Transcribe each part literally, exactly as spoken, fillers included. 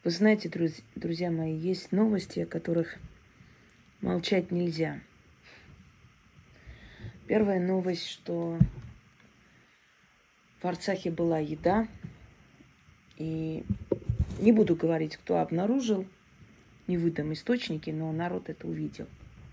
Вы знаете, друз- друзья мои, есть новости, о которых молчать нельзя. Первая новость, что в Арцахе была еда. И не буду говорить, кто обнаружил, не выдам источники, но народ это увидел.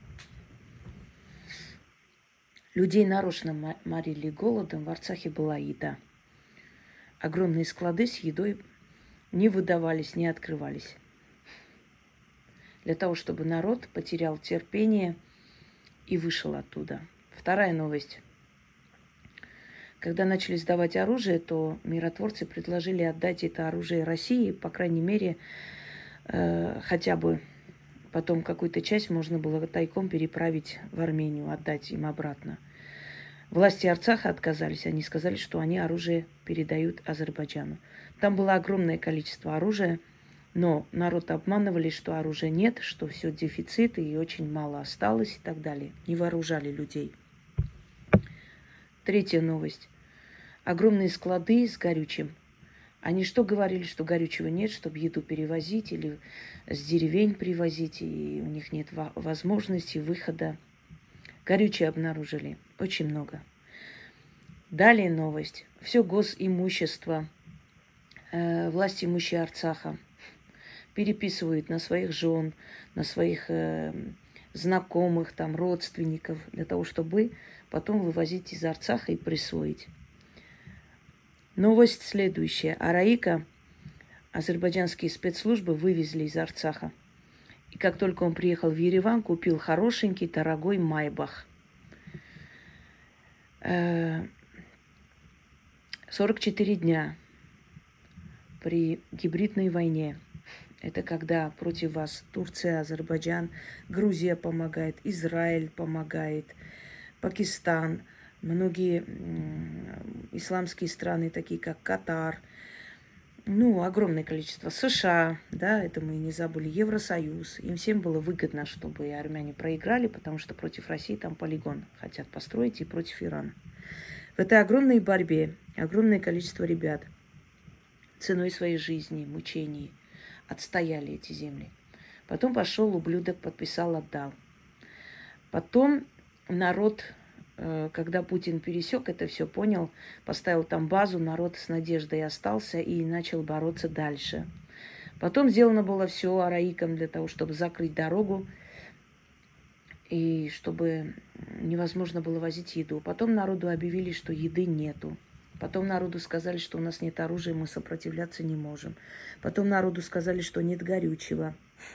Людей нарочно морили голодом, в Арцахе была еда. Огромные склады с едой не выдавались, не открывались. Для того, чтобы народ потерял терпение и вышел оттуда. Вторая новость. Когда начали сдавать оружие, то миротворцы предложили отдать это оружие России, по крайней мере, э, хотя бы потом какую-то часть можно было тайком переправить в Армению, отдать им обратно. Власти Арцаха отказались. Они сказали, что они оружие передают Азербайджану. Там было огромное количество оружия, но народ обманывали, что оружия нет, что все дефицит и очень мало осталось и так далее. Не вооружали людей. Третья новость. Огромные склады с горючим. Они что говорили, что горючего нет, чтобы еду перевозить или с деревень привозить, и у них нет возможности выхода. Горючее обнаружили. Очень много. Далее новость. Все госимущество э, власти имущие Арцаха переписывают на своих жен, на своих э, знакомых, там, родственников, для того, чтобы потом вывозить из Арцаха и присвоить. Новость следующая. Араика азербайджанские спецслужбы вывезли из Арцаха. И как только он приехал в Ереван, купил хорошенький, дорогой Майбах. сорок четыре дня при гибридной войне. Это когда против вас Турция, Азербайджан, Грузия помогает, Израиль помогает, Пакистан, многие исламские страны, такие как Катар, ну, огромное количество, США, да, это мы не забыли, Евросоюз. Им всем было выгодно, чтобы армяне проиграли, потому что против России там полигон хотят построить и против Ирана. В этой огромной борьбе огромное количество ребят ценой своей жизни, мучений отстояли эти земли. Потом пошел ублюдок, подписал, отдал. Потом народ, когда Путин пересек это все, понял, поставил там базу, народ с надеждой остался и начал бороться дальше. Потом сделано было все араикам для того, чтобы закрыть дорогу и чтобы невозможно было возить еду. Потом народу объявили, что еды нету. Потом народу сказали, что у нас нет оружия, мы сопротивляться не можем. Потом народу сказали, что нет горючего.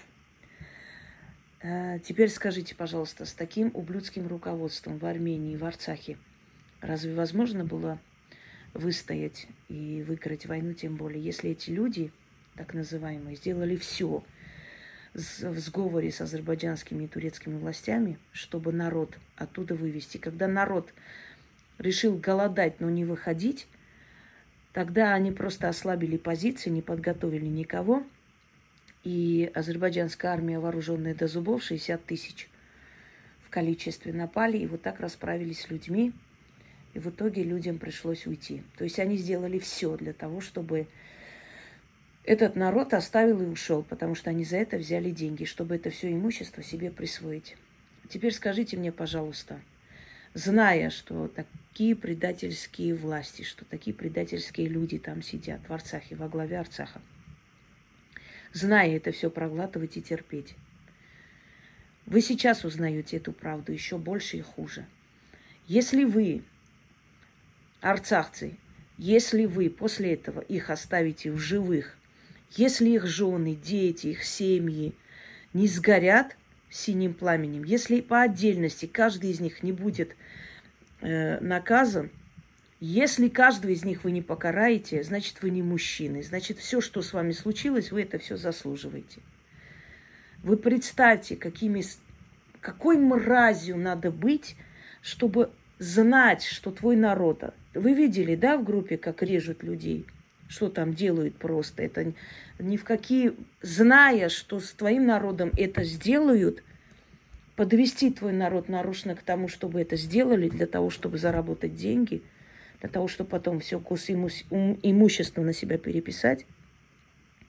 Теперь скажите, пожалуйста, с таким ублюдским руководством в Армении, в Арцахе, разве возможно было выстоять и выиграть войну, тем более, если эти люди, так называемые, сделали все в сговоре с азербайджанскими и турецкими властями, чтобы народ оттуда вывести. Когда народ решил голодать, но не выходить, тогда они просто ослабили позиции, не подготовили никого. И азербайджанская армия, вооруженная до зубов, шестьдесят тысяч в количестве, напали и вот так расправились с людьми. И в итоге людям пришлось уйти. То есть они сделали все для того, чтобы этот народ оставил и ушел, потому что они за это взяли деньги, чтобы это все имущество себе присвоить. Теперь скажите мне, пожалуйста, зная, что такие предательские власти, что такие предательские люди там сидят в Арцахе, во главе Арцаха, зная это все, проглатывать и терпеть. Вы сейчас узнаете эту правду еще больше и хуже. Если вы, арцахцы, если вы после этого их оставите в живых, если их жены, дети, их семьи не сгорят синим пламенем, если по отдельности каждый из них не будет э, наказан, если каждого из них вы не покараете, значит, вы не мужчины. Значит, все, что с вами случилось, вы это все заслуживаете. Вы представьте, какими, какой мразью надо быть, чтобы знать, что твой народ... Вы видели, да, в группе, как режут людей? Что там делают просто? Это ни в какие... Зная, что с твоим народом это сделают, подвести твой народ нарочно к тому, чтобы это сделали, для того, чтобы заработать деньги... для того, чтобы потом все госимущество на себя переписать.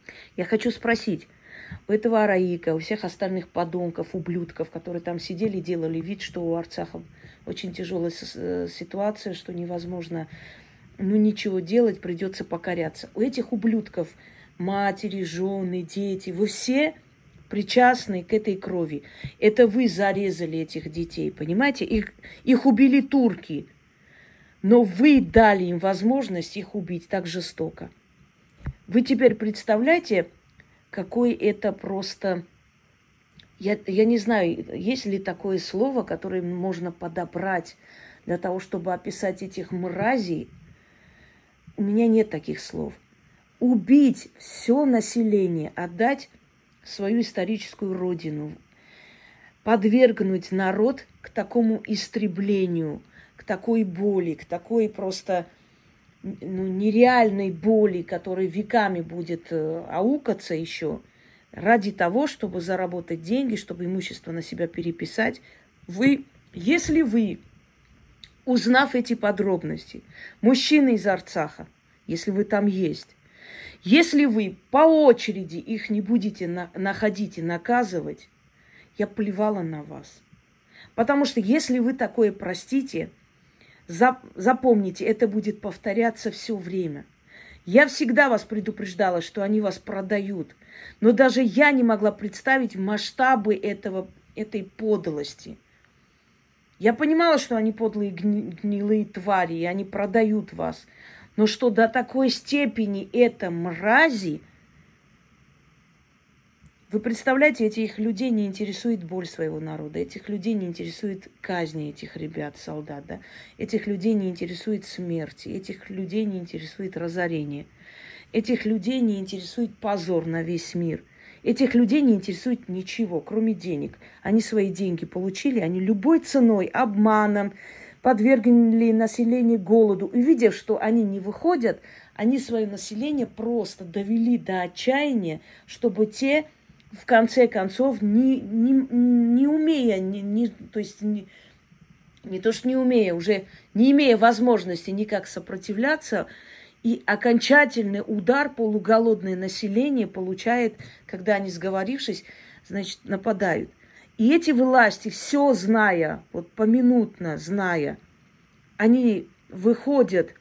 Я хочу спросить, у этого Араика, у всех остальных подонков, ублюдков, которые там сидели, делали вид, что у арцахов очень тяжелая ситуация, что невозможно, ну, ничего делать, придется покоряться. У этих ублюдков матери, жены, дети, вы все причастны к этой крови. Это вы зарезали этих детей, понимаете? Их, их убили турки, но вы дали им возможность их убить так жестоко. Вы теперь представляете, какой это просто... Я, я не знаю, есть ли такое слово, которое можно подобрать для того, чтобы описать этих мразей. У меня нет таких слов. Убить все население, отдать свою историческую родину, подвергнуть народ к такому истреблению, к такой боли, к такой просто ну, нереальной боли, которая веками будет э, аукаться еще, ради того, чтобы заработать деньги, чтобы имущество на себя переписать. Вы, если вы, узнав эти подробности, мужчины из Арцаха, если вы там есть, если вы по очереди их не будете на, находить и наказывать, я плевала на вас. Потому что если вы такое простите, за, запомните, это будет повторяться все время. Я всегда вас предупреждала, что они вас продают. Но даже я не могла представить масштабы этого, этой подлости. Я понимала, что они подлые гни, гнилые твари, и они продают вас. Но что до такой степени это мрази, вы представляете, этих людей не интересует боль своего народа, этих людей не интересует казни этих ребят, солдат, да? Этих людей не интересует смерть, этих людей не интересует разорение, этих людей не интересует позор на весь мир, этих людей не интересует ничего, кроме денег. Они свои деньги получили, они любой ценой, обманом, подвергли население голоду. Увидев, что они не выходят, они свое население просто довели до отчаяния, чтобы те, в конце концов, не, не, не умея, не, не, то есть не, не то что не умея, уже не имея возможности никак сопротивляться, и окончательный удар полуголодное население получает, когда они, сговорившись, значит, нападают. И эти власти, все зная, вот поминутно зная, они выходят,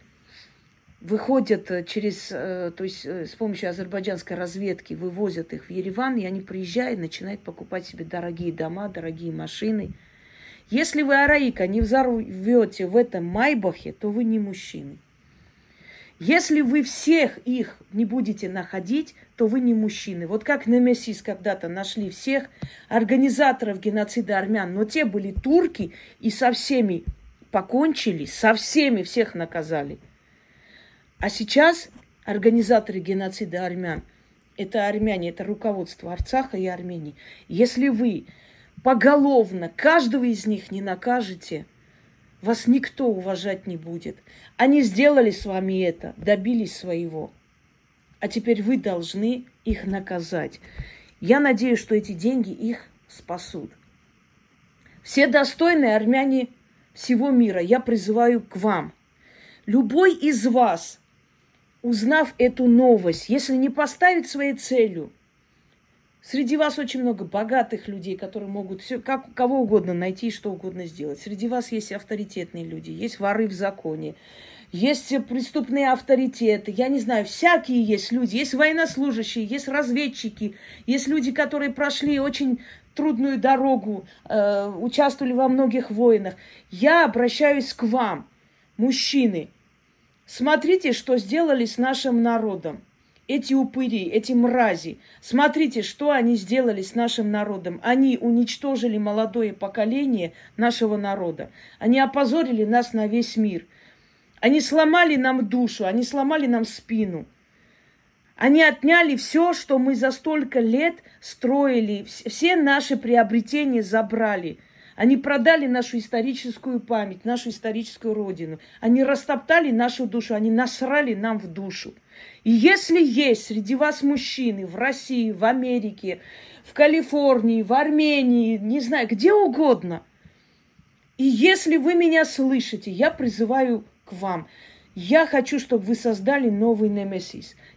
выходят через, то есть с помощью азербайджанской разведки, вывозят их в Ереван, и они приезжают, начинают покупать себе дорогие дома, дорогие машины. Если вы, Араика, не взорвете в этом Майбахе, то вы не мужчины. Если вы всех их не будете находить, то вы не мужчины. Вот как Немесис когда-то нашли всех организаторов геноцида армян, но те были турки и со всеми покончили, со всеми всех наказали. А сейчас организаторы геноцида армян – это армяне, это руководство Арцаха и Армении. Если вы поголовно каждого из них не накажете, вас никто уважать не будет. Они сделали с вами это, добились своего. А теперь вы должны их наказать. Я надеюсь, что эти деньги их спасут. Все достойные армяне всего мира, я призываю к вам. Любой из вас, узнав эту новость, если не поставит своей целью, среди вас очень много богатых людей, которые могут все, как, кого угодно найти, что угодно сделать. Среди вас есть авторитетные люди, есть воры в законе, есть преступные авторитеты, я не знаю, всякие есть люди, есть военнослужащие, есть разведчики, есть люди, которые прошли очень трудную дорогу, э, участвовали во многих войнах. Я обращаюсь к вам, мужчины. Смотрите, что сделали с нашим народом. Эти упыри, эти мрази. Смотрите, что они сделали с нашим народом. Они уничтожили молодое поколение нашего народа. Они опозорили нас на весь мир. Они сломали нам душу, они сломали нам спину. Они отняли все, что мы за столько лет строили. Все наши приобретения забрали. Они продали нашу историческую память, нашу историческую родину. Они растоптали нашу душу, они насрали нам в душу. И если есть среди вас мужчины в России, в Америке, в Калифорнии, в Армении, не знаю, где угодно, и если вы меня слышите, я призываю к вам. Я хочу, чтобы вы создали новый Немесис.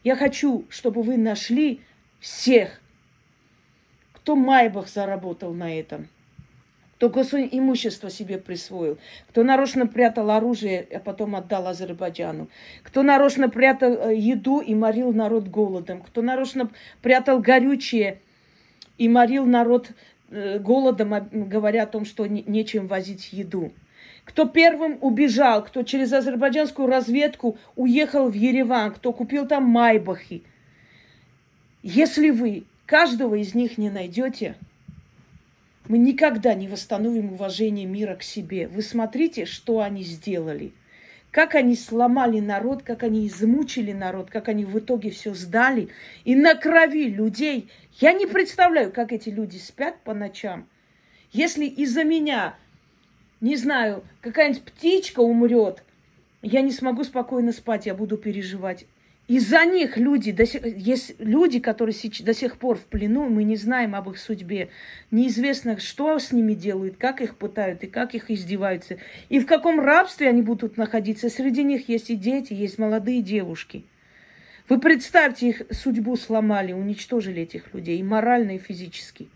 Я хочу, чтобы вы нашли всех, кто майбах заработал на этом, кто госимущество себе присвоил, кто нарочно прятал оружие, а потом отдал Азербайджану, кто нарочно прятал еду и морил народ голодом, кто нарочно прятал горючее и морил народ голодом, говоря о том, что нечем возить еду. Кто первым убежал, кто через азербайджанскую разведку уехал в Ереван, кто купил там майбахи. Если вы каждого из них не найдете, мы никогда не восстановим уважение мира к себе. Вы смотрите, что они сделали. Как они сломали народ, как они измучили народ, как они в итоге все сдали. И на крови людей. Я не представляю, как эти люди спят по ночам. Если из-за меня, не знаю, какая-нибудь птичка умрет, я не смогу спокойно спать, я буду переживать. Из-за них люди, до сих, есть люди, которые сейчас, до сих пор в плену, мы не знаем об их судьбе. Неизвестно, что с ними делают, как их пытают и как их издеваются. И в каком рабстве они будут находиться. Среди них есть и дети, есть молодые девушки. Вы представьте, их судьбу сломали, уничтожили этих людей, и морально, и физически.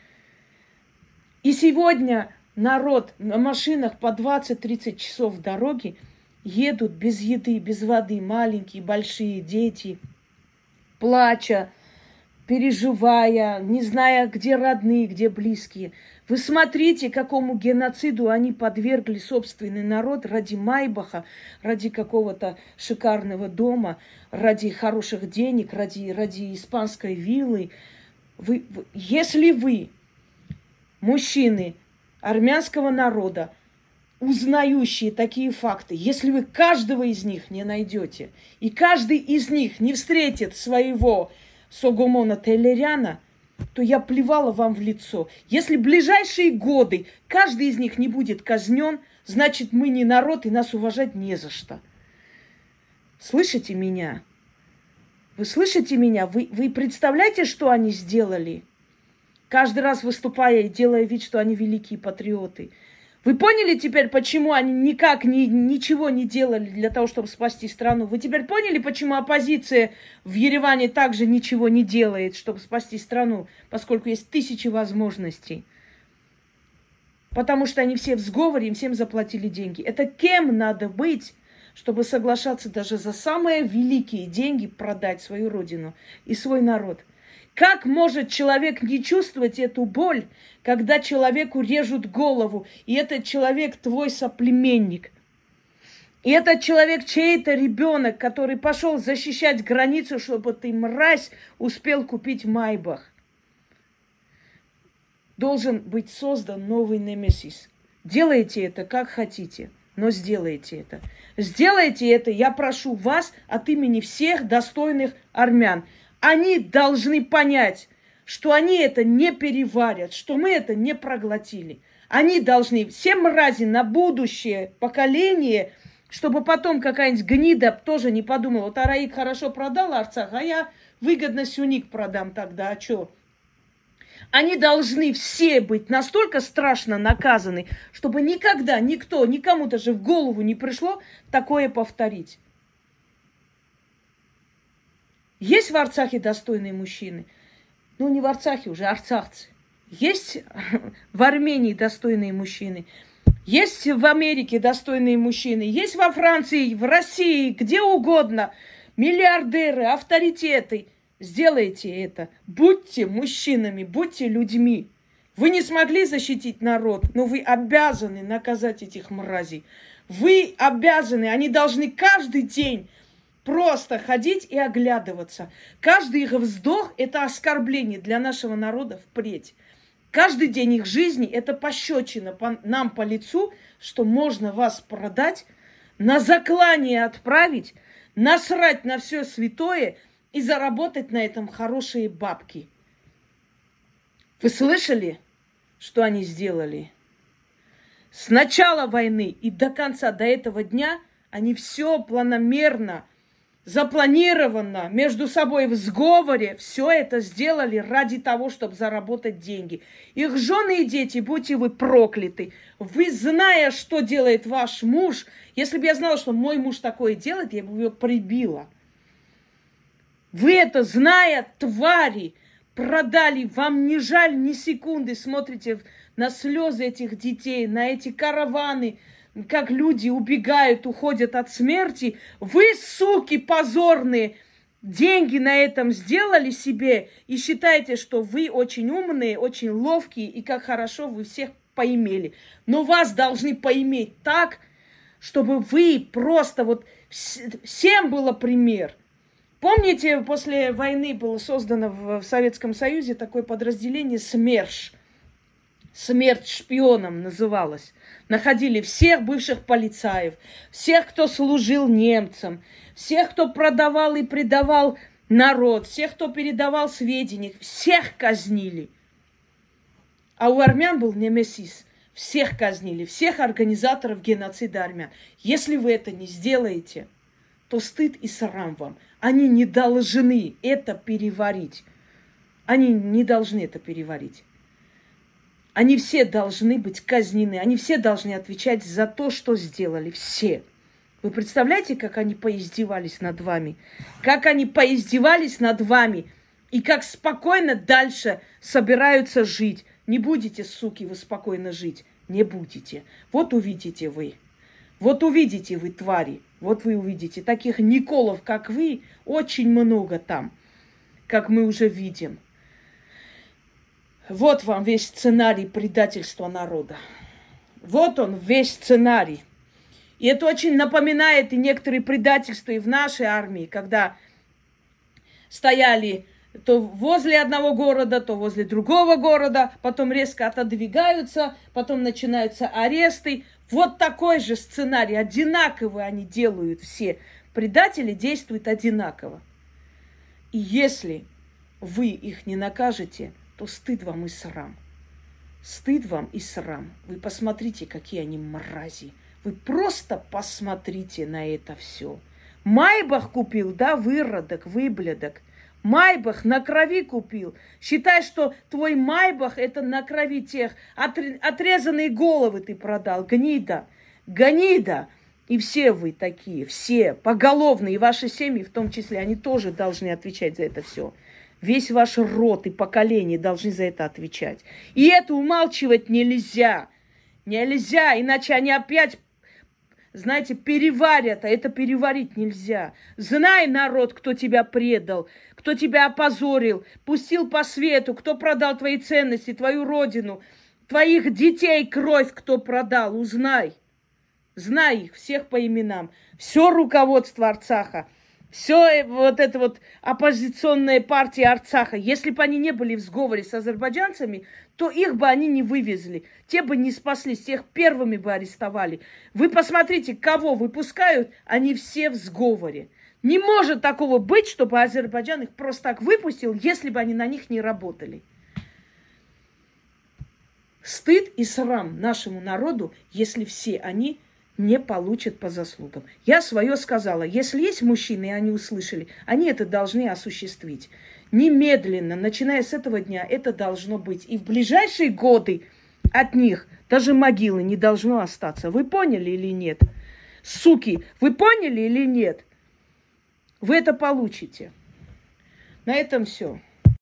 И сегодня народ на машинах по двадцать-тридцать часов дороги едут без еды, без воды, маленькие, большие дети, плача, переживая, не зная, где родные, где близкие. Вы смотрите, какому геноциду они подвергли собственный народ ради майбаха, ради какого-то шикарного дома, ради хороших денег, ради, ради испанской виллы. Вы, вы, если вы, мужчины армянского народа, узнающие такие факты, если вы каждого из них не найдете, и каждый из них не встретит своего Согомона Телеряна, то я плевала вам в лицо. Если в ближайшие годы каждый из них не будет казнен, значит, мы не народ, и нас уважать не за что. Слышите меня? Вы слышите меня? Вы, вы представляете, что они сделали? Каждый раз выступая и делая вид, что они великие патриоты. Вы поняли теперь, почему они никак ни, ничего не делали для того, чтобы спасти страну? Вы теперь поняли, почему оппозиция в Ереване также ничего не делает, чтобы спасти страну, поскольку есть тысячи возможностей? Потому что они все в сговоре, им всем заплатили деньги. Это кем надо быть, чтобы соглашаться даже за самые великие деньги продать свою родину и свой народ? Как может человек не чувствовать эту боль, когда человеку режут голову, и этот человек твой соплеменник? И этот человек чей-то ребенок, который пошел защищать границу, чтобы ты, мразь, успел купить майбах. Должен быть создан новый немесис. Делайте это как хотите, но сделайте это. Сделайте это, я прошу вас от имени всех достойных армян. Они должны понять, что они это не переварят, что мы это не проглотили. Они должны, все мрази на будущее поколение, чтобы потом какая-нибудь гнида тоже не подумала, вот Араик хорошо продал Арцах, а я выгодно Сюник продам тогда, а что? Они должны все быть настолько страшно наказаны, чтобы никогда никто, никому даже в голову не пришло такое повторить. Есть в Арцахе достойные мужчины? Ну, не в Арцахе уже, арцахцы. Есть в Армении достойные мужчины. Есть в Америке достойные мужчины. Есть во Франции, в России, где угодно. Миллиардеры, авторитеты. Сделайте это. Будьте мужчинами, будьте людьми. Вы не смогли защитить народ, но вы обязаны наказать этих мразей. Вы обязаны, они должны каждый день просто ходить и оглядываться. Каждый их вздох – это оскорбление для нашего народа впредь. Каждый день их жизни – это пощечина по, нам по лицу, что можно вас продать, на заклание отправить, насрать на все святое и заработать на этом хорошие бабки. Вы слышали, что они сделали? С начала войны и до конца, до этого дня, они все планомерно, запланированно, между собой в сговоре, все это сделали ради того, чтобы заработать деньги. Их жены и дети, будьте вы прокляты. Вы, зная, что делает ваш муж, если бы я знала, что мой муж такое делает, я бы его прибила. Вы это, зная, твари, продали. Вам не жаль ни секунды. Смотрите на слезы этих детей, на эти караваны, как люди убегают, уходят от смерти. Вы, суки позорные, деньги на этом сделали себе и считаете, что вы очень умные, очень ловкие и как хорошо вы всех поимели. Но вас должны поиметь так, чтобы вы просто вот всем было пример. Помните, после войны было создано в Советском Союзе такое подразделение СМЕРШ. Смерть шпионам называлось. Находили всех бывших полицаев, всех, кто служил немцам, всех, кто продавал и предавал народ, всех, кто передавал сведения, всех казнили. А у армян был немесис. Всех казнили, всех организаторов геноцида армян. Если вы это не сделаете, то стыд и срам вам. Они не должны это переварить. Они не должны это переварить. Они все должны быть казнены. Они все должны отвечать за то, что сделали. Все. Вы представляете, как они поиздевались над вами? Как они поиздевались над вами? И как спокойно дальше собираются жить. Не будете, суки, вы спокойно жить. Не будете. Вот увидите вы. Вот увидите вы, твари. Вот вы увидите. Таких Николов, как вы, очень много там. Как мы уже видим. Вот вам весь сценарий предательства народа. Вот он, весь сценарий. И это очень напоминает и некоторые предательства и в нашей армии, когда стояли то возле одного города, то возле другого города, потом резко отодвигаются, потом начинаются аресты. Вот такой же сценарий, одинаковый они делают все. Предатели действуют одинаково. И если вы их не накажете, то стыд вам и срам. Стыд вам и срам. Вы посмотрите, какие они мрази. Вы просто посмотрите на это все. Майбах купил, да, выродок, выблядок. Майбах на крови купил. Считай, что твой Майбах это на крови тех. Отрезанные головы ты продал. Гнида. Гнида. И все вы такие, все, поголовно, и ваши семьи в том числе, они тоже должны отвечать за это все. Весь ваш род и поколение должны за это отвечать. И это умалчивать нельзя. Нельзя, иначе они опять, знаете, переварят, а это переварить нельзя. Знай, народ, кто тебя предал, кто тебя опозорил, пустил по свету, кто продал твои ценности, твою родину, твоих детей кровь кто продал, узнай. Знай их всех по именам. Все руководство Арцаха. Все вот это вот оппозиционная партия Арцаха, если бы они не были в сговоре с азербайджанцами, то их бы они не вывезли. Те бы не спаслись, тех первыми бы арестовали. Вы посмотрите, кого выпускают, они все в сговоре. Не может такого быть, чтобы Азербайджан их просто так выпустил, если бы они на них не работали. Стыд и срам нашему народу, если все они не получат по заслугам. Я свое сказала. Если есть мужчины, и они услышали, они это должны осуществить. Немедленно, начиная с этого дня, это должно быть. И в ближайшие годы от них даже могилы не должно остаться. Вы поняли или нет? Суки, вы поняли или нет? Вы это получите. На этом все.